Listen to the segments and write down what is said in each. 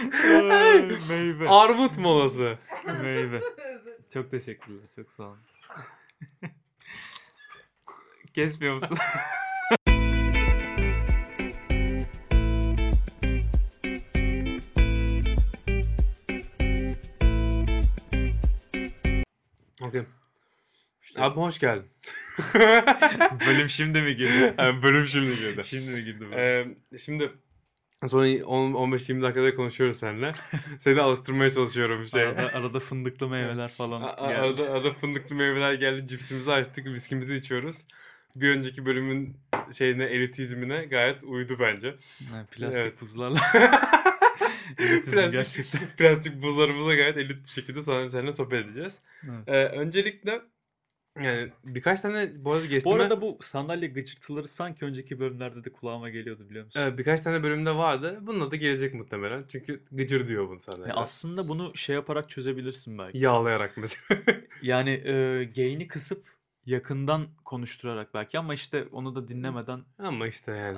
Meyve. Armut molası. Meyve. Çok teşekkürler. Çok sağ olun. Kesmiyor musun? Okay. Abi hoş geldin. Bölüm şimdi mi girdi? Yani bölüm şimdi girdi. Şimdi mi girdi? Şimdi sonra 15-20 dakikada konuşuyoruz seninle. Seni alıştırmaya çalışıyorum. Arada fındıklı meyveler falan Arada fındıklı meyveler geldi. Cipsimizi açtık. Viskimizi içiyoruz. Bir önceki bölümün elitizmine gayet uydu bence. Plastik buzlarla. Plastik buzlarımıza gayet elit bir şekilde seninle sohbet edeceğiz. Öncelikle yani birkaç tane bu arada Bu arada bu sandalye gıcırtıları sanki önceki bölümlerde de kulağıma geliyordu, biliyor musun? Birkaç tane bölümde vardı. Bununla da gelecek muhtemelen. Çünkü gıcır diyor bunu sandalye. Aslında bunu yaparak çözebilirsin belki. Yağlayarak mesela. Yani gain'i kısıp yakından konuşturarak belki, ama işte onu da dinlemeden. Ama işte yani.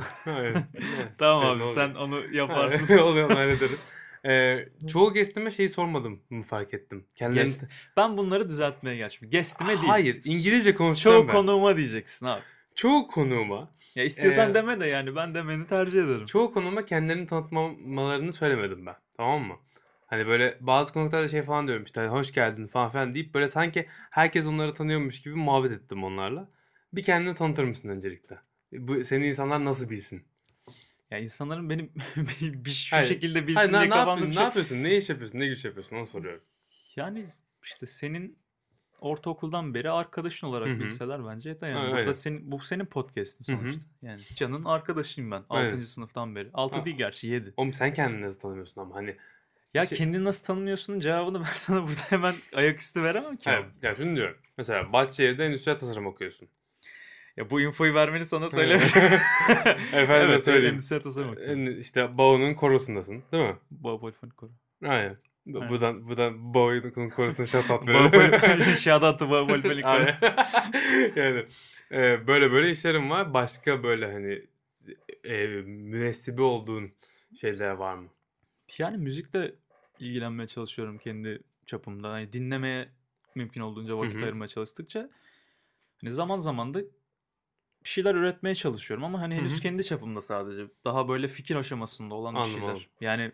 Tamam abi, sen onu yaparsın. Oluyor, hallederim. Çoğu guest'ime sormadım mı fark ettim. Ben bunları düzeltmeye geçtim. Guest'ime değil. Hayır, İngilizce konuşacağım ben. Çoğu konuğuma diyeceksin abi. Çoğu konuğuma. Ya istiyorsan deme de, yani ben demeni tercih ederim. Çoğu konuğuma kendilerini tanıtmamalarını söylemedim ben. Tamam mı? Hani böyle bazı konuklarda falan diyorum işte hoş geldin falan deyip böyle sanki herkes onları tanıyormuş gibi muhabbet ettim onlarla. Bir kendini tanıtır mısın öncelikle? Seni insanlar nasıl bilsin? Ya insanların benim şekilde bilsin diye kafamda bir şey. Ne yapıyorsun? Ne iş yapıyorsun? Ne güç yapıyorsun? Onu soruyorum. Yani işte senin ortaokuldan beri arkadaşın olarak bilseler bence yeter. Yani burada bu senin podcast'in sonuçta. Yani Can'ın arkadaşıyım ben 6. sınıftan beri. 6 değil gerçi, 7. Oğlum sen kendini nasıl tanımıyorsun ama hani. Ya kendini nasıl tanımıyorsunun cevabını ben sana burada hemen ayaküstü veremem ki. Hayır, ya şunu diyorum. Mesela Bahçeşehir'de endüstriyel tasarım okuyorsun. Ya bu infoyu vermeni sana söylemek. Efendim evet, söyleyeyim. Endüstriyel tasarım okuyorum. İşte Bağ'ın korosundasın değil mi? Bağ Polifonik Koro. Aynen. Buradan Bağ'ın korosuna şatat verelim. Şadatı Bağ Polifonik Koro. Yani böyle işlerim var. Başka böyle hani münesibi olduğun şeyler var mı? Yani müzikle ilgilenmeye çalışıyorum kendi çapımda. Yani dinlemeye mümkün olduğunca vakit ayırmaya çalıştıkça hani zaman zaman da bir şeyler üretmeye çalışıyorum ama hani henüz kendi çapımda sadece. Daha böyle fikir aşamasında olan bir şeyler. Yani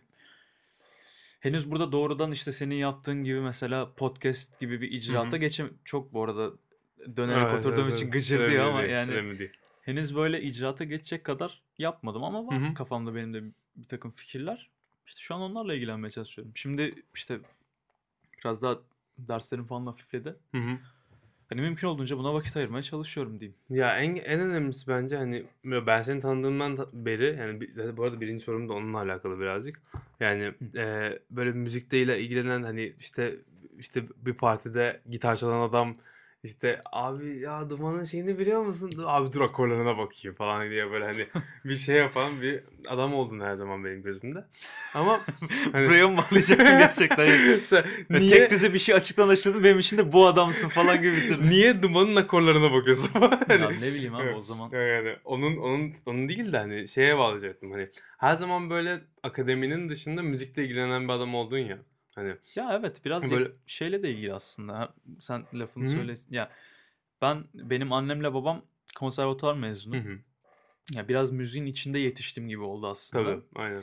henüz burada doğrudan işte senin yaptığın gibi mesela podcast gibi bir icraata çok bu arada dönerek oturduğum için gıcır diyor ama yani henüz böyle icraata geçecek kadar yapmadım ama var kafamda benim de bir takım fikirler. İşte şu an onlarla ilgilenmeye çalışıyorum. Şimdi işte biraz daha derslerim falan hafifledi. Hani mümkün olduğunca buna vakit ayırmaya çalışıyorum diyeyim. Ya en önemlisi bence hani ben seni tanıdığımdan beri yani bu arada birinci sorum da onunla alakalı birazcık. Yani böyle müzikle ilgilenen hani işte bir partide gitar çalan adam işte abi ya Duman'ın şeyini biliyor musun? Abi dur akorlarına bakayım falan diye böyle hani bir şey yapan bir adam oldun her zaman benim gözümde. Ama hani... Buraya mı bağlayacaktın gerçekten? Niye? Tek düze bir şey açıklanışladın benim için de bu adamsın falan gibi bitirdin. Niye Duman'ın akorlarına bakıyorsun falan? Ya ne bileyim abi o zaman. Yani onun değil de hani şeye bağlayacaktım hani her zaman böyle akademinin dışında müzikle ilgilenen bir adam oldun ya. Hani ya evet biraz böyle şeyle de ilgili aslında. Sen lafını söyle. Ya benim annemle babam konservatuvar mezunu. Ya biraz müziğin içinde yetiştiğim gibi oldu aslında. Tabii, aynen.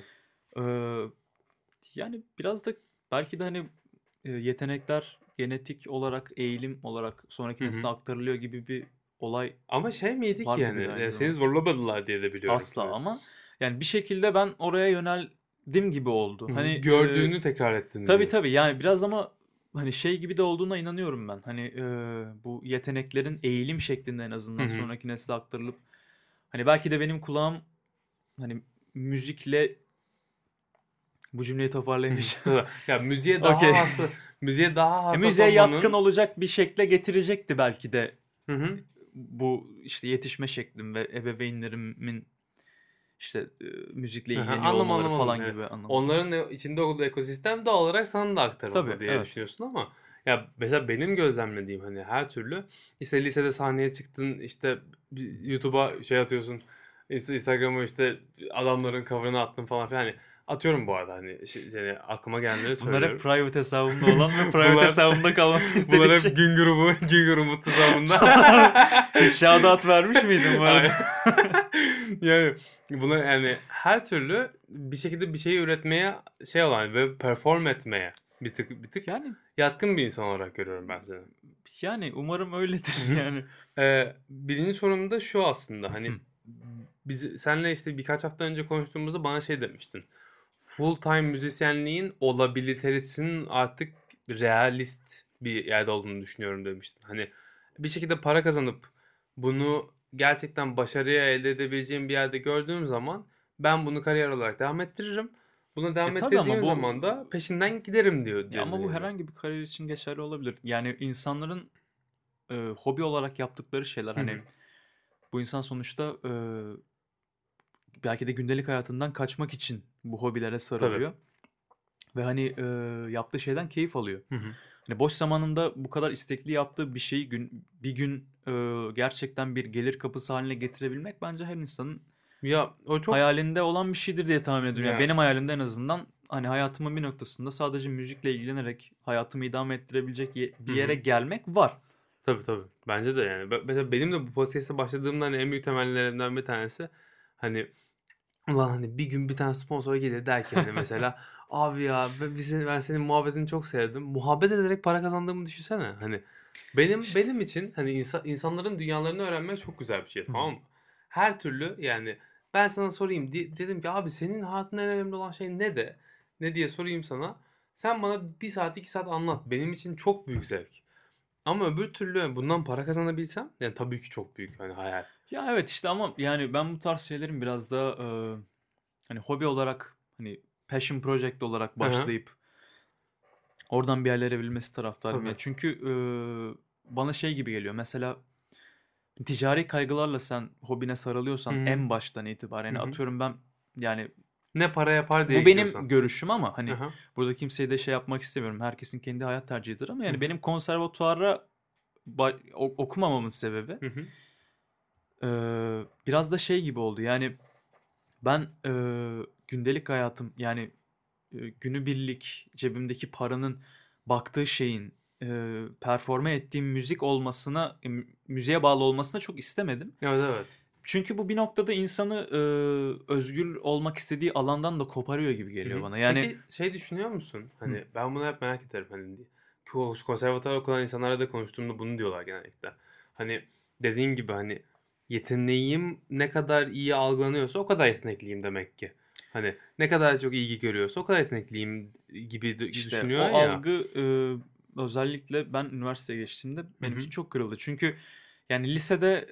Yani biraz da belki de hani yetenekler genetik olarak, eğilim olarak sonraki nesile aktarılıyor gibi bir olay. Ama miydi ki yani seni zorlamadılar diye de biliyorum. Asla ama yani bir şekilde ben oraya yöneldim gibi oldu. Hani gördüğünü tekrar ettin. Tabii yani biraz ama hani şey gibi de olduğuna inanıyorum ben. Hani bu yeteneklerin eğilim şeklinde en azından sonraki nesile aktarılıp hani belki de benim kulağım hani müzikle bu cümleyi toparlayamayacağım. Ya müziğe daha hassas müziğe yatkın olacak bir şekle getirecekti belki de. Bu işte yetişme şeklim ve ebeveynlerimin işte müzikle ilgileniyor olmaları falan gibi anlamda. Onların içinde olduğu ekosistem doğal olarak sana da aktarıldı diye düşünüyorsun ama ya mesela benim gözlemlediğim hani her türlü işte lisede sahneye çıktın işte YouTube'a atıyorsun Instagram'a işte adamların cover'ını attın falan filan hani atıyorum bu arada hani yani aklıma gelenleri Bunlar hep söylüyorum. private hesabımda olan ve private Bunlar- hesabımda kalması Bunlar istediğim hep şey. Güngör Umut hesabında. Hiç shout vermiş miydin bu arada? Yani buna yani her türlü bir şekilde bir şeyi üretmeye şey olan ve perform etmeye bir tık Yani yatkın bir insan olarak görüyorum ben seni. yani umarım öyledir yani. Birinci sorun da şu aslında hani Hı. biz senle işte birkaç hafta önce konuştuğumuzda bana şey demiştin. Full time müzisyenliğin olabilitesinin artık realist bir yerde olduğunu düşünüyorum demiştin. Hani bir şekilde para kazanıp bunu gerçekten başarıya elde edebileceğim bir yerde gördüğüm zaman ben bunu kariyer olarak devam ettiririm. Buna devam Tabii ama ettirdiğim bu zaman da peşinden giderim ya ama bu yani. herhangi bir kariyer için geçerli olabilir. Yani insanların hobi olarak yaptıkları şeyler Hı hı. hani bu insan sonuçta belki de gündelik hayatından kaçmak için bu hobilere sarılıyor. Ve hani yaptığı şeyden keyif alıyor. Hı hı. Hani boş zamanında bu kadar istekli yaptığı bir şeyi bir gün gerçekten bir gelir kapısı haline getirebilmek bence her insanın Ya o çok hayalinde olan bir şeydir diye tahmin ediyorum. Yani ya benim hayalimde en azından hani hayatımın bir noktasında sadece müzikle ilgilenerek hayatımı idame ettirebilecek bir Hı yere hı. gelmek var. Tabii. Bence de yani. Mesela benim de bu podcast'e başladığımda hani en büyük temellerimden bir tanesi hani ulan hani bir gün bir tane sponsor gelir der ki hani mesela abi ya ben senin muhabbetini çok sevdim. Muhabbet ederek para kazandığımı düşünsene. Hani İşte. benim için hani insanların dünyalarını öğrenmek çok güzel bir şey, Hı tamam hı. mı? Her türlü yani ben sana sorayım dedim ki abi senin hayatında en önemli olan şey ne de ne diye sorayım sana. Sen bana bir saat 2 saat anlat. Benim için çok büyük zevk. Ama öbür türlü yani bundan para kazanabilsem yani tabii ki çok büyük hani hayal. Ya evet işte ama yani ben bu tarz şeylerin biraz da hani hobi olarak hani passion project olarak Hı hı. başlayıp oradan bir yerlere evrilmesi taraftarıyım. Ya Tabii. çünkü bana şey gibi geliyor. Mesela ticari kaygılarla sen hobine Hı sarılıyorsan hı. en baştan itibaren Hı yani hı. atıyorum ben yani Ne para yapar diye bu benim gidiyorsan. görüşüm ama Hı hani hı. burada kimseyi de şey yapmak istemiyorum. Herkesin kendi hayat tercihidir ama Hı yani hı. benim konservatuara okumamamın sebebi Hı hı. biraz da şey gibi oldu. Yani ben gündelik hayatım yani günübirlik cebimdeki paranın baktığı şeyin performe ettiğim müzik olmasına, müziğe bağlı olmasına çok istemedim. Evet. Çünkü bu bir noktada insanı özgür olmak istediği alandan da koparıyor gibi Hı geliyor hı. bana. Yani Peki şey düşünüyor musun? hı, Hani ben bunu hep merak ederim hani konservatuvar okuyan insanlarla da konuştuğumda bunu diyorlar genellikle. Hani dediğin gibi hani yeteneğim ne kadar iyi algılanıyorsa o kadar yetenekliyim demek ki. Hani ne kadar çok ilgi görüyorsa o kadar yetenekliyim gibi işte düşünüyor o ya. algı özellikle ben üniversiteye geçtiğimde Hı benim hı. için çok kırıldı. Çünkü yani lisede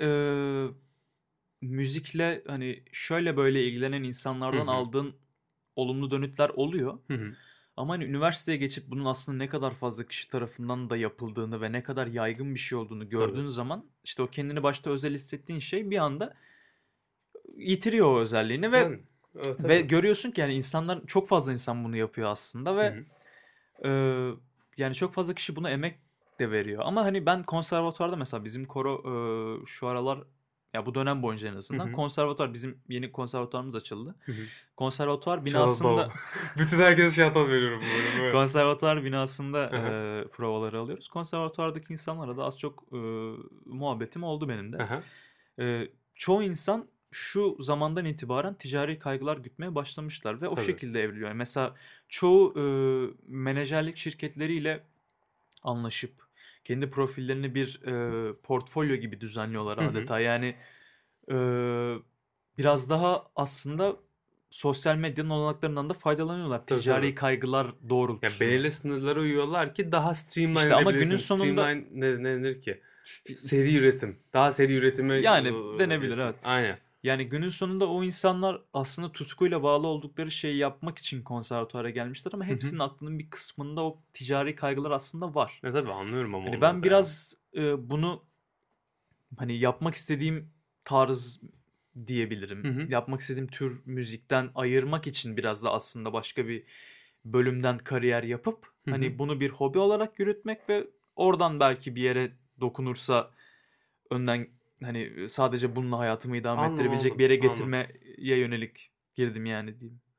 müzikle hani şöyle böyle ilgilenen Hı insanlardan hı. aldığın olumlu dönütler oluyor. Hı hı. Ama hani üniversiteye geçip bunun aslında ne kadar fazla kişi tarafından da yapıldığını ve ne kadar yaygın bir şey olduğunu Tabii. gördüğün zaman işte o kendini başta özel hissettiğin şey bir anda yitiriyor o özelliğini ve Yani evet ve tabii. görüyorsun ki yani insanlar çok fazla insan bunu yapıyor aslında Hı ve hı. e, yani çok fazla kişi buna emek de veriyor. Ama hani ben konservatuvarda mesela bizim koro şu aralar ya bu dönem boyunca en Hı azından hı. konservatuvar bizim yeni konservatuvarımız açıldı. Hı hı. Konservatuvar Şahıs babam. binasında Bütün herkese şahtat veriyorum bu bölüm. Evet. konservatuvar binasında Hı hı. provaları alıyoruz. Konservatuvardaki insanlarla da az çok muhabbetim oldu benim Hı de. hı. Çoğu insan şu zamandan itibaren ticari kaygılar gütmeye başlamışlar ve o Tabii. şekilde evriliyor. Yani mesela çoğu menajerlik şirketleriyle anlaşıp kendi profillerini bir portfolyo gibi düzenliyorlar Hı hı. adeta. Yani e, biraz daha aslında sosyal medyanın olanaklarından da faydalanıyorlar Tabii. ticari kaygılar Ya doğrultusunda. belirli sınırlara uyuyorlar ki daha streamline İşte ama günün edebilirsin. sonunda Streamline ne denir ki? Seri üretim. Daha seri üretime yani denebilir bilsin. evet. Aynen. Yani günün sonunda o insanlar aslında tutkuyla bağlı oldukları şeyi yapmak için konservatuara gelmişler ama Hı hı. hepsinin aklının bir kısmında o ticari kaygılar aslında var. Ya tabii anlıyorum ama Hani onları ben da ya. biraz bunu hani yapmak istediğim tarz Hı diyebilirim. hı. Yapmak istediğim tür müzikten ayırmak için biraz da aslında başka bir bölümden kariyer yapıp Hı hı. hani bunu bir hobi olarak yürütmek ve oradan belki bir yere dokunursa önden hani sadece bununla hayatımı idame ettirebilecek bir Anladım. yere Anladım. getirmeye yönelik girdim yani diyeyim.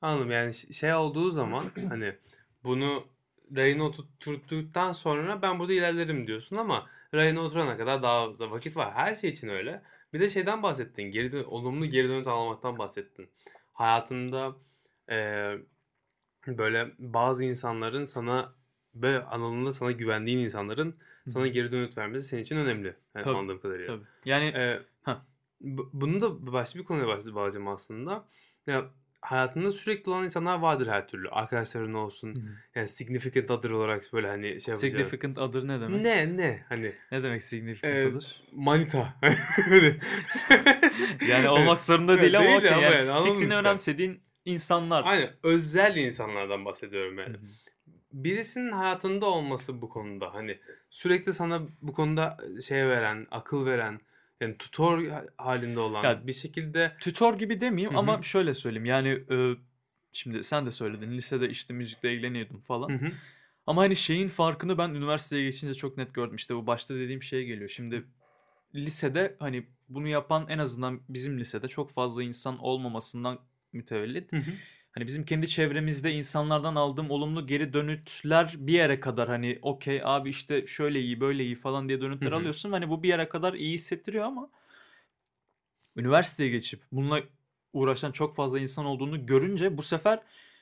Anladım. Yani şey olduğu zaman hani bunu rayına oturttuktan sonra ben burada ilerlerim diyorsun ama rayına oturana kadar daha fazla vakit var. Her şey için öyle. Bir de şeyden bahsettin. Olumlu geri dönüt almaktan bahsettin. Hayatında eee, böyle bazı insanların sana ve alanında sana güvendiğin insanların Hı sana hı. geri dönüt vermesi senin için önemli. Yani Tabii, anladığım kadarıyla. tabii. Yani Eee, ha Bunu da başka bir konuya bağlayacağım aslında. Ya hayatında sürekli olan insanlar vardır her türlü. Arkadaşların olsun. Hı hı. Yani significant other olarak böyle hani şey yapacağın. Significant other ne demek? Ne hani Ne demek significant other? manita. Hani- Yani olmak zorunda değil ama Değil de okey. ama Yani yani anladın fikrini işte. önemsediğin insanlar. Aynen özel insanlardan bahsediyorum Hı yani. hı. Birisinin hayatında olması bu konuda hani sürekli sana bu konuda şey veren, akıl veren, yani tutor halinde olan Ya bir şekilde. tütör gibi demeyeyim Hı ama hı, şöyle söyleyeyim. Yani şimdi sen de söyledin. Lisede işte müzikle ilgileniyordum hı falan. hı, Ama hani şeyin farkını ben üniversiteye geçince çok net gördüm. İşte bu başta dediğim şeye geliyor. Şimdi lisede hani bunu yapan en azından bizim lisede çok fazla insan olmamasından mütevellit. hı hı, Hani bizim kendi çevremizde insanlardan aldığım olumlu geri dönütler bir yere kadar hani okey abi işte şöyle iyi böyle iyi falan diye hı dönütler hı, alıyorsun. Hani bu bir yere kadar iyi hissettiriyor ama üniversiteye geçip bununla uğraşan çok fazla insan olduğunu görünce bu sefer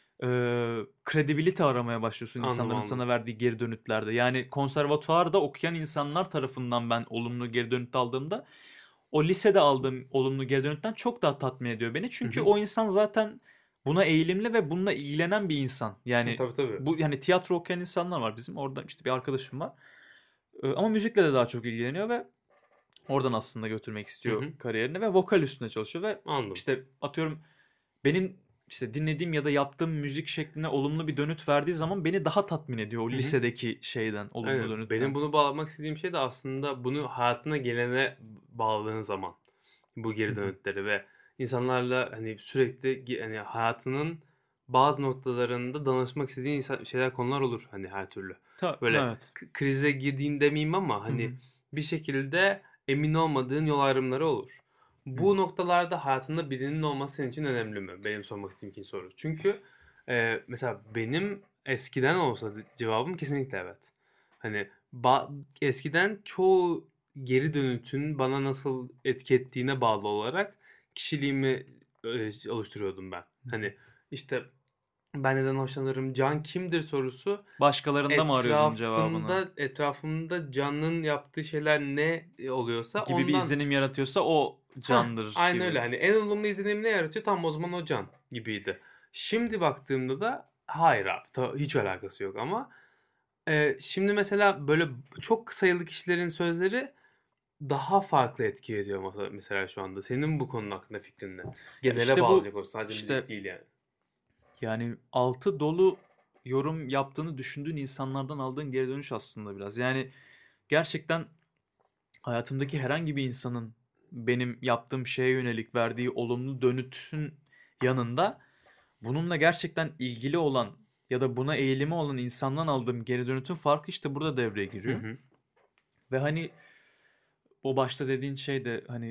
kredibilite aramaya başlıyorsun anladım insanların anladım. sana verdiği geri dönütlerde. Yani konservatuvarda okuyan insanlar tarafından ben olumlu geri dönüt aldığımda o lisede aldığım olumlu geri dönütten çok daha tatmin ediyor beni. Hı Çünkü hı. o insan zaten buna eğilimli ve bununla ilgilenen bir insan. Hı, Yani tabii tabii. bu yani tiyatro okuyan insanlar var bizim. Orada işte bir arkadaşım var. Ama müzikle de daha çok ilgileniyor ve oradan aslında götürmek Hı istiyor hı. kariyerini ve vokal üstüne çalışıyor ve Anladım. işte atıyorum benim işte dinlediğim ya da yaptığım müzik şekline olumlu bir dönüt verdiği zaman beni daha tatmin ediyor o Hı hı. lisedeki şeyden, olumlu Aynen. Benim dönütten. bunu bağlamak istediğim şey de aslında bunu hayatına gelene bağladığın zaman bu Hı geri hı. dönütleri ve insanlarla hani sürekli hani hayatının bazı noktalarında danışmak istediğin şeyler konular olur hani her türlü. Böyle Evet. krize girdiğin demeyeyim ama Hı hı. hani bir şekilde emin olmadığın yol ayrımları olur. Hı hı. Bu noktalarda hayatında birinin olması senin için önemli mi? Benim sormak istediğim ikinci soru. Çünkü mesela benim eskiden olsa cevabım kesinlikle evet. Hani eskiden çoğu geri dönütün bana nasıl etki ettiğine bağlı olarak kişiliğimi oluşturuyordum ben. Hı hı. Hani işte ben neden hoşlanırım, Can kimdir sorusu Başkalarında mı arıyordun cevabını? etrafımda Can'ın yaptığı şeyler ne oluyorsa Gibi bir ondan. izlenim yaratıyorsa o candır Aynen gibi. öyle. Hani en olumlu izlenim ne yaratıyor? Tam o zaman o Can gibiydi. Şimdi baktığımda da hayır abi. Hiç alakası yok ama şimdi mesela böyle çok sayılı kişilerin sözleri daha farklı etki ediyor mesela şu anda. Senin bu konu hakkında fikrin ne? Ya Genele işte bu bağlayacak olsun. Sadece müzik işte değil yani. yani altı dolu yorum yaptığını düşündüğün insanlardan aldığın geri dönüş aslında biraz. Yani gerçekten hayatımdaki herhangi bir insanın benim yaptığım şeye yönelik verdiği olumlu dönütün yanında bununla gerçekten ilgili olan ya da buna eğilimi olan insandan aldığım geri dönütün farkı işte burada devreye Hı giriyor. hı. Ve hani o başta dediğin şey de hani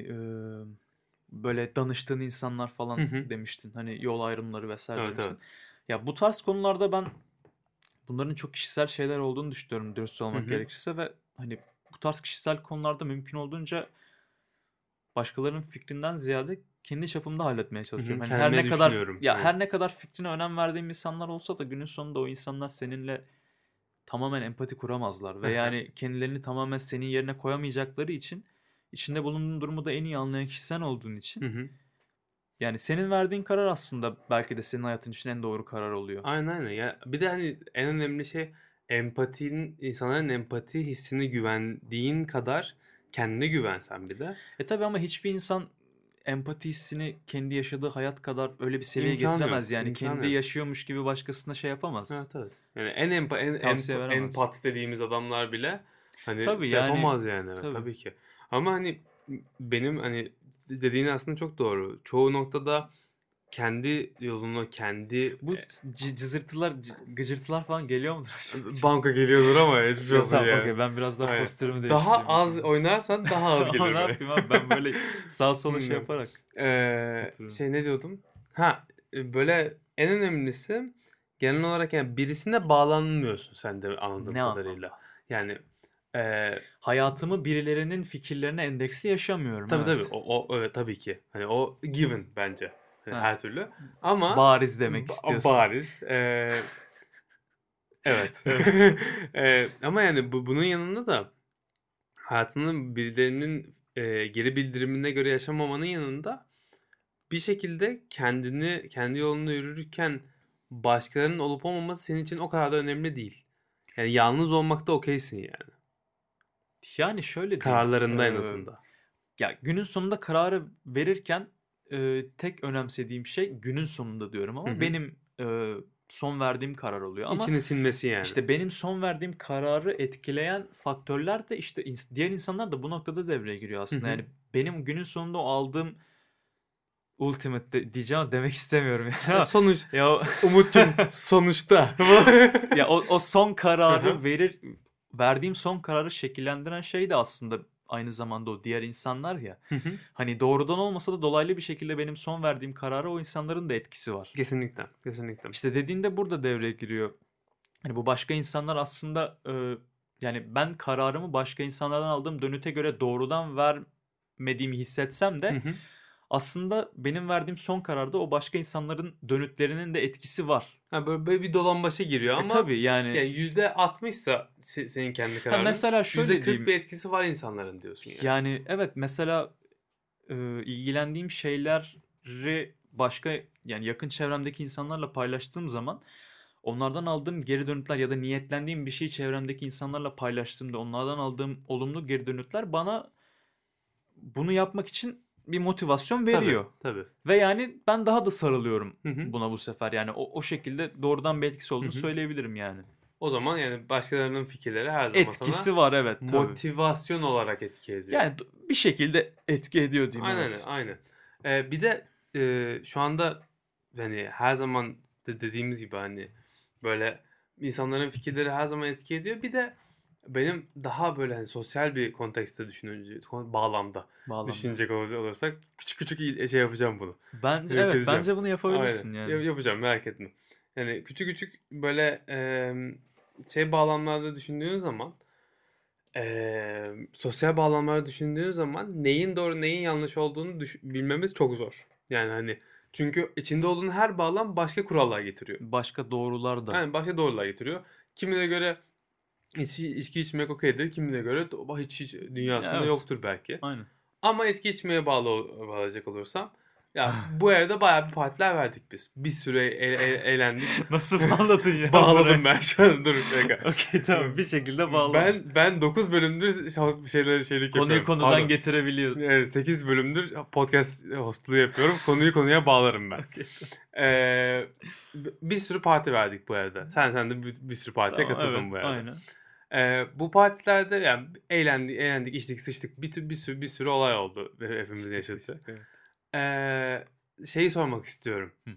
böyle danıştığın insanlar Hı falan hı. demiştin. Hani yol ayrımları vesaire Evet evet. demiştin. Ya bu tarz konularda ben bunların çok kişisel şeyler olduğunu düşünüyorum dürüst Hı olmak hı. gerekirse ve hani bu tarz kişisel konularda mümkün olduğunca başkalarının fikrinden ziyade kendi çapımda halletmeye Hı hı. çalışıyorum. Hani her Kendime ne kadar düşünüyorum. ya Evet. her ne kadar fikrine önem verdiğim insanlar olsa da günün sonunda o insanlar seninle tamamen empati kuramazlar Hı ve hı. yani kendilerini tamamen senin yerine koyamayacakları için içinde bulunduğun durumu da en iyi anlayan kişi sen olduğun Hı için hı. yani senin verdiğin karar aslında belki de senin hayatın için en doğru karar oluyor. Aynen. Ya bir de hani en önemli şey insanların empati hissine güvendiğin kadar kendine güvensen bir de Tabii ama hiçbir insan empati hissini kendi yaşadığı hayat kadar öyle bir seviyeye imkanı getiremez yok. yani. İmkanı Kendi yok. yaşıyormuş gibi başkasına şey yapamaz. Evet evet. Yani en Tavsiye veremez. empat dediğimiz adamlar bile hani Tabii şey yani yapamaz yani evet tabii. tabii ki. Ama hani benim hani dediğin aslında çok doğru. Çoğu noktada kendi yolunu kendi Bu cızırtılar, gıcırtılar falan geliyor mudur? banka geliyordur ama hiçbir şey Ya olsun tamam yani. okey ben biraz daha Aynen. postürümü Daha değiştireyim o az zaman. oynarsan daha az Ama gelir ne be. yapayım abi ben böyle sağa sola şey Bilmiyorum. yaparak oturuyorum. Şey ne diyordum? Ha böyle en önemlisi genel olarak yani birisine bağlanmıyorsun sen de anladığım Ne kadarıyla. anlamda? Yani Hayatımı birilerinin fikirlerine endeksli yaşamıyorum. tabii Evet. evet, tabii ki. Hani o given bence. Hani Heh. her türlü. Ama Bariz demek istiyorsun. bariz. Evet. Evet. Ama yani bunun yanında da hayatının birilerinin geri bildirimine göre yaşamamanın yanında bir şekilde kendi yolunda yürürken başkalarının olup olmaması senin için o kadar da önemli değil. Yani yalnız olmakta okeysin yani. Yani şöyle diyeyim. Kararlarında en azından. Ya günün sonunda kararı verirken tek önemsediğim şey günün sonunda diyorum Hı ama hı. benim son verdiğim karar oluyor. Ama İçine sinmesi yani. işte benim son verdiğim kararı etkileyen faktörler de işte diğer insanlar da bu noktada devreye giriyor Hı aslında. hı. Yani benim günün sonunda o aldığım ultimate diyeceğim ama demek istemiyorum yani. Sonuç Ya Umut'cum sonuçta. ya o son Hı kararı hı. verdiğim son kararı şekillendiren şey de aslında aynı zamanda o diğer insanlar ya. Hı hı. Hani doğrudan olmasa da dolaylı bir şekilde benim son verdiğim karara o insanların da etkisi var. Kesinlikle. Kesinlikle. İşte dediğinde burada devreye giriyor. Hani bu başka insanlar aslında yani ben kararımı başka insanlardan aldığım dönüte göre doğrudan vermediğimi hissetsem Hı de hı. aslında benim verdiğim son kararda o başka insanların dönütlerinin de etkisi var. Ha, böyle bir dolambaça giriyor ama Tabii yani. yani %60'sa senin kendi Ha kararın, mesela şöyle %40 bir diyeyim. etkisi var insanların diyorsun yani. Yani evet mesela ilgilendiğim şeyleri başka yani yakın çevremdeki insanlarla paylaştığım zaman onlardan aldığım geri dönütler ya da niyetlendiğim bir şeyi çevremdeki insanlarla paylaştığımda onlardan aldığım olumlu geri dönütler bana bunu yapmak için bir motivasyon Tabii, veriyor. tabii. Ve yani ben daha da sarılıyorum Hı hı. buna bu sefer. Yani o şekilde doğrudan bir etkisi Hı olduğunu hı. söyleyebilirim yani. O zaman yani başkalarının fikirleri her zaman sana Etkisi var evet tabii. motivasyon olarak etki ediyor. Yani bir şekilde etki ediyor diyeyim Aynen, evet. aynen. Bir de şu anda hani her zaman dediğimiz gibi hani böyle insanların fikirleri her zaman etki ediyor. Bir de benim daha böyle hani sosyal bir kontekste bağlamda Bağlamda. düşünecek olursak küçük küçük şey yapacağım bunu. Bence evet Keseceğim. bence bunu Aynen. yapabilirsin yani. Yapacağım, merak etme. Yani küçük küçük böyle şey bağlamlarda düşündüğün zaman sosyal bağlamlarda düşündüğün zaman neyin doğru neyin yanlış olduğunu bilmemiz çok zor. Yani hani çünkü içinde olduğun her bağlam başka kurallar getiriyor. Başka doğrular da. Yani başka doğrular getiriyor. Kimine göre içki içmek okeydir. Kimine göre hiç Ya dünyasında evet. yoktur belki. Aynen. Ama içki içmeye bağlayacak olursam ya bu evde bayağı bir partiler verdik biz. Bir süre eğlendik. Nasıl bağladın ya Bağladım buraya? ben şu an. Dur bir dakika. Okey tamam bir şekilde bağladın. Ben 9 bölümdür şeylik Konuyu yapıyorum. konudan Pardon. getirebiliyorsun. Evet, 8 bölümdür podcast hostluğu yapıyorum. Konuyu konuya bağlarım ben. Okey, Ee, bir sürü parti verdik bu evde. Sen de bir sürü partiye tamam evet katıldın bu evde. aynen. Bu partilerde yani eğlendik, içtik, sıçtık. Bir sürü olay oldu hepimizin yaşadığı. Evet. Şeyi sormak istiyorum. Hı.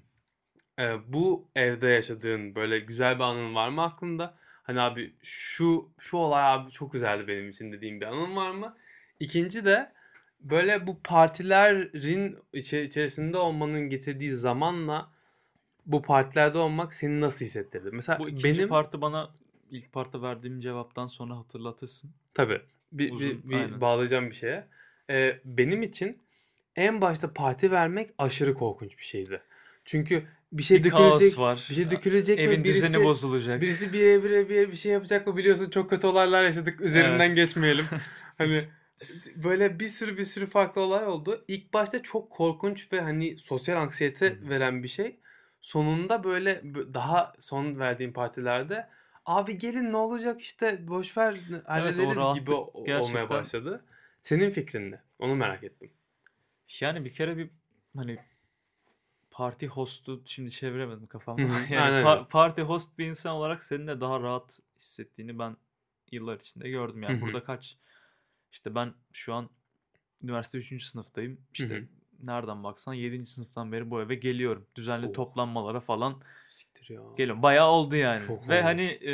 Bu evde yaşadığın böyle güzel bir anın var mı aklında? Hani abi şu olay abi çok güzeldi benim için dediğim bir anın var mı? İkinci de böyle bu partilerin içerisinde olmanın getirdiği zamanla bu partilerde olmak seni nasıl hissettirdi? Mesela Bu ikinci benim partı bana ilk parta verdiğim cevaptan sonra hatırlatırsın. tabii Uzun bir aynen. bağlayacağım bir şeye. Benim için en başta parti vermek aşırı korkunç bir şeydi. Çünkü bir şey Bir kaos dökülecek, var. bir şey dökülecek ve Evin düzeni birisi bozulacak. birisi bir şey yapacak mı biliyorsun çok kötü olaylar yaşadık. Üzerinden Evet. geçmeyelim. Hani böyle bir sürü farklı olay oldu. İlk başta çok korkunç ve hani sosyal Hı anksiyete hı. veren bir şey. Sonunda böyle daha son verdiğim partilerde abi gelin ne olacak işte boş ver Evet o hallederiz gibi rahatlık olmaya gerçekten. başladı. Senin fikrin ne? Onu merak ettim. Yani bir kere bir hani parti hostu şimdi çeviremedim Hı kafamda. hı. Yani Aynen öyle. parti host bir insan olarak senin de daha rahat hissettiğini ben yıllar içinde gördüm. Hı Yani hı. burada işte ben şu an üniversite 3. sınıftayım. Hı İşte hı. nereden baksan 7. sınıftan beri bu eve geliyorum. Düzenli Oh, toplanmalara falan siktir ya. geliyorum. Bayağı oldu yani. Çok Ve hani olmuş.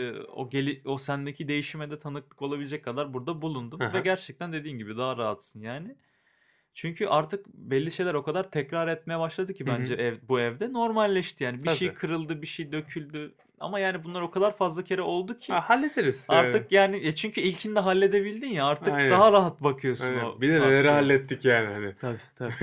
o sendeki değişime de tanıklık olabilecek kadar burada Hı bulundum ve hı. gerçekten dediğin gibi daha rahatsın yani. Çünkü artık belli şeyler o kadar tekrar etmeye başladı ki Hı hı. bence bu evde normalleşti yani. Bir şey Tabii. kırıldı, bir şey döküldü ama yani bunlar o kadar fazla kere oldu ki Hallederiz yani. artık yani çünkü ilkini de halledebildin ya artık Aynen. daha rahat bakıyorsun Aynen. o Bir de tarz neleri şeylere. hallettik yani hani. Tabii.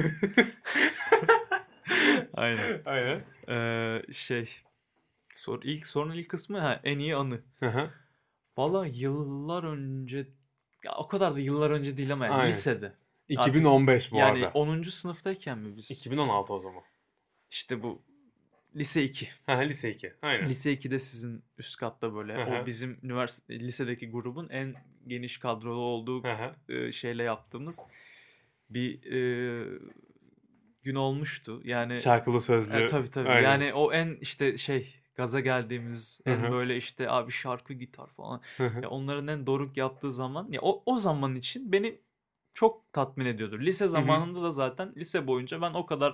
Aynen. Aynen. Sorunun ilk kısmı en iyi anı. Hı hı. Valla yıllar önce, ya o kadar da yıllar önce değil ama yani Aynen. lisede. Artık 2015 bu yani arada. 10. sınıftayken mi biz? 2016 o zaman. İşte bu lise 2. Ha, lise 2. Aynen. Lise 2'de sizin üst katta böyle Hı hı. o bizim lisedeki grubun en geniş kadrolu olduğu Hı hı. şeyle yaptığımız bir gün olmuştu. Yani Şarkılı sözlü. tabii. Aynen. Yani o en işte gaza geldiğimiz Hı en hı. böyle işte abi şarkı gitar falan. Hı hı. Ya onların en doruk yaptığı zaman ya o zaman için beni çok tatmin ediyordu. Lise zamanında da zaten lise boyunca ben o kadar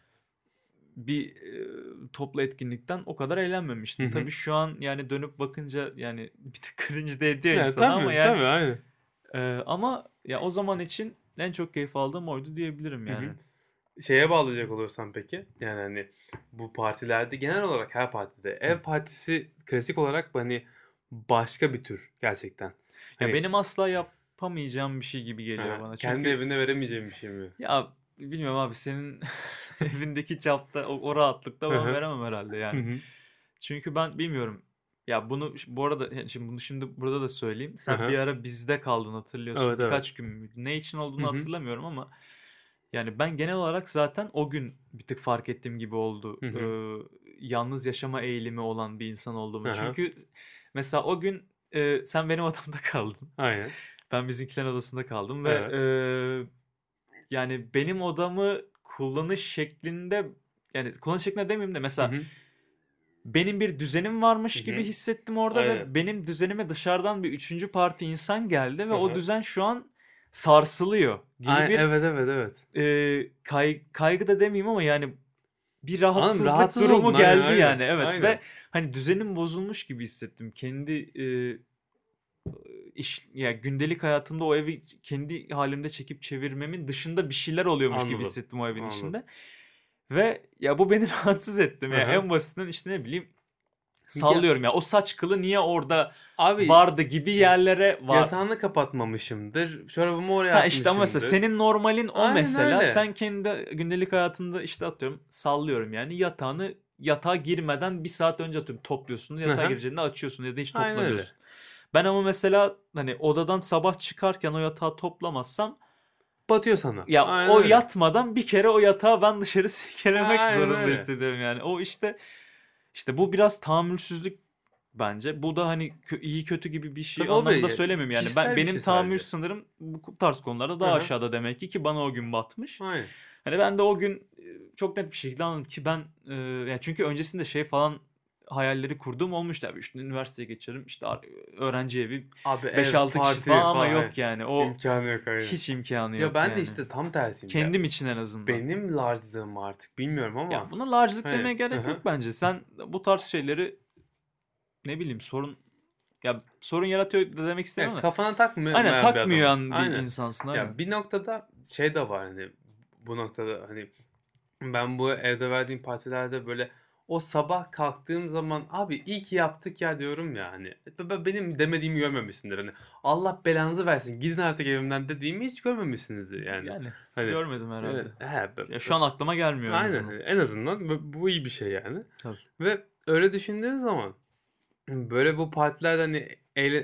bir toplu etkinlikten o kadar eğlenmemiştim. Hı hı. Tabii şu an yani dönüp bakınca yani bir tık cringe de ediyor Ya, insana ama yani tabii aynen. ama ya o zaman için en çok keyif aldığım oydu diyebilirim Hı hı. yani. Şeye bağlayacak olursam peki yani hani bu partilerde genel olarak her partide ev partisi klasik olarak hani başka bir tür gerçekten. Ya Hani benim asla yapamayacağım bir şey gibi geliyor bana. kendi Çünkü evinde veremeyeceğim bir şey mi? ya bilmiyorum abi senin evindeki çapta o rahatlıkta Hı ben hı. veremem herhalde Hı yani. hı. Çünkü ben bilmiyorum. Ya bunu bu arada şimdi bunu burada da söyleyeyim. Hı Sen bir hı. ara bizde kaldın hatırlıyorsun. Evet, evet. Birkaç gün müydü? Ne için Hı olduğunu hı. hatırlamıyorum ama yani ben genel olarak zaten o gün bir tık fark ettiğim gibi oldu. Hı hı. Yalnız yaşama eğilimi olan bir insan Hı olduğumu. hı. Çünkü mesela o gün sen benim odamda kaldın. Aynen. Ben bizimkilerin odasında kaldım ve Evet. yani benim odamı kullanış şeklinde yani kullanış şeklinde demeyeyim de Hı mesela hı. benim bir düzenim Hı varmış gibi hı. hissettim orada Aynen. ve benim düzenime dışarıdan bir üçüncü parti insan geldi ve Hı o hı. düzen şu an sarsılıyor gibi bir Evet, evet, evet. kaygı da demeyeyim ama yani bir Anladım, rahatsızlık rahatsız oldun. durumu Aynen, geldi aynen. yani evet Aynen. ve hani düzenim bozulmuş gibi hissettim. Kendi ya gündelik hayatımda o evi kendi halimde çekip çevirmemin dışında bir şeyler oluyormuş gibi Anladım. hissettim o evin Anladım. içinde. Ve ya bu beni rahatsız etti. Hı Yani hı. en basitinden işte ne bileyim Ya sallıyorum ya o saç kılı niye orada abi, vardı gibi yerlere var. yatağını kapatmamışımdır. Çorabımı oraya Ha işte ama mesela atmışımdır. senin normalin o Aynen mesela öyle. sen kendi gündelik hayatında işte atıyorum sallıyorum yani yatağa girmeden bir saat önce atıyorum topluyorsun Hı yatağa hı. gireceğinde açıyorsun ya da hiç Aynen öyle. toplamıyorsun. Ben ama mesela hani odadan sabah çıkarken o yatağı toplamazsam Batıyor sana. ya Aynen o öyle. yatmadan bir kere o yatağı ben dışarı silkelemek Aynen zorunda öyle. hissediyorum yani. O işte bu biraz tahammülsüzlük bence. Bu da hani iyi kötü gibi bir şey Tabii o anlamında bir söylemiyorum yani. kişisel bir Benim şey tahammül sadece. sınırım bu tarz konularda Hı daha hı. aşağıda demek ki bana o gün batmış. Aynen. Hani ben de o gün çok net bir şekilde anladım ki ben yani çünkü öncesinde falan hayalleri kurduğum olmuştu abi. İşte üniversiteye geçerim işte öğrenci evi Abi beş ev, altı kişi falan parti ama falan. yok yani. O İmkanı yok, aynen. hiç imkanı Ya yok ben de yani. işte tam tersinde. Kendim için en azından. Benim large'lığım artık bilmiyorum Ya ama buna large'lık hani demeye hı gerek yok hı. bence. Sen bu tarz şeyleri ne bileyim sorun yaratıyor da demek Ya istemiyorum da. kafana Aynen takmayan bir adamım. takmayan bir Aynen. insansın Ya aynen. bir noktada şey de var hani, bu noktada hani ben bu evde verdiğim partilerde böyle o sabah kalktığım zaman abi iyi ki yaptık ya diyorum ya hani. Benim demediğimi görmemişsindir hani. Allah belanızı versin gidin artık evimden dediğimi hiç görmemişsinizdir yani. Yani Hani görmedim herhalde. Ya şu an aklıma gelmiyor en aynen azından. hani en azından bu iyi bir şey yani. Tabii. Ve öyle düşündüğün zaman böyle bu partilerde hani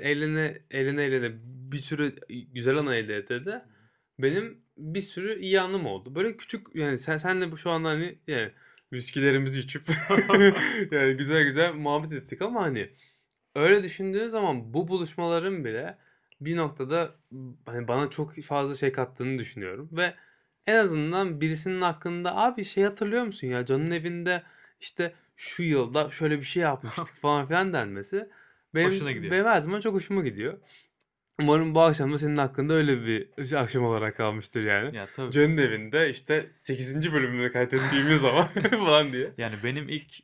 eğlene bir sürü güzel anı elde etti. Benim bir sürü iyi anım oldu. Böyle küçük yani senle bu şu anda hani yani viskilerimizi içip yani güzel güzel muhabbet ettik ama hani öyle düşündüğün zaman bu buluşmaların bile bir noktada hani bana çok fazla şey kattığını düşünüyorum ve en azından birisinin hakkında abi şey hatırlıyor musun ya Can'ın evinde işte şu yılda şöyle bir şey yapmıştık falan filan denmesi Hoşuna benim gidiyor. benim her zaman çok hoşuma gidiyor. Umarım bu akşam da senin hakkında öyle bir akşam olarak kalmıştır yani. Ya tabii. Can'ın evinde işte 8. bölümünü kaydettiğimiz zaman falan diye. Yani benim ilk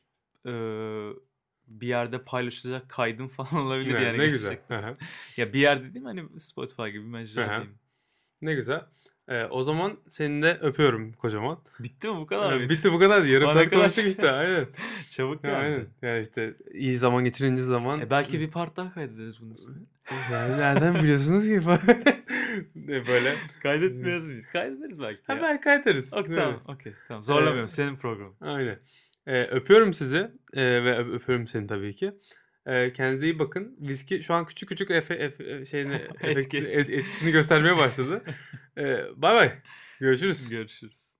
bir yerde paylaşılacak kaydım falan olabilir yani Ne güzel. gerçekten. Ya bir yer dediğim hani Spotify gibi bir mecra diyeyim. Ne güzel. O zaman seni de öpüyorum kocaman. Bitti mi bu kadar mıydı? Bitti bu kadar. Yarım Bana saat kadar konuştuk işte. Aynen. Çabuk Aynen. geldi. Yani işte iyi zaman geçirince zaman. Belki bir part daha kaydederiz bunun üstüne. Yani nereden biliyorsunuz ki? Böyle. Kaydetmiyoruz muyuz? Kaydederiz belki ya. Belki kaydederiz. Tamam. Okey. Tamam. Zorlamıyorum. Senin programın. Aynen. Öpüyorum sizi ve öpüyorum seni tabii ki. Kendinize iyi bakın. Viski şu an küçük küçük etkisini göstermeye başladı. Bay bay. Görüşürüz. Görüşürüz.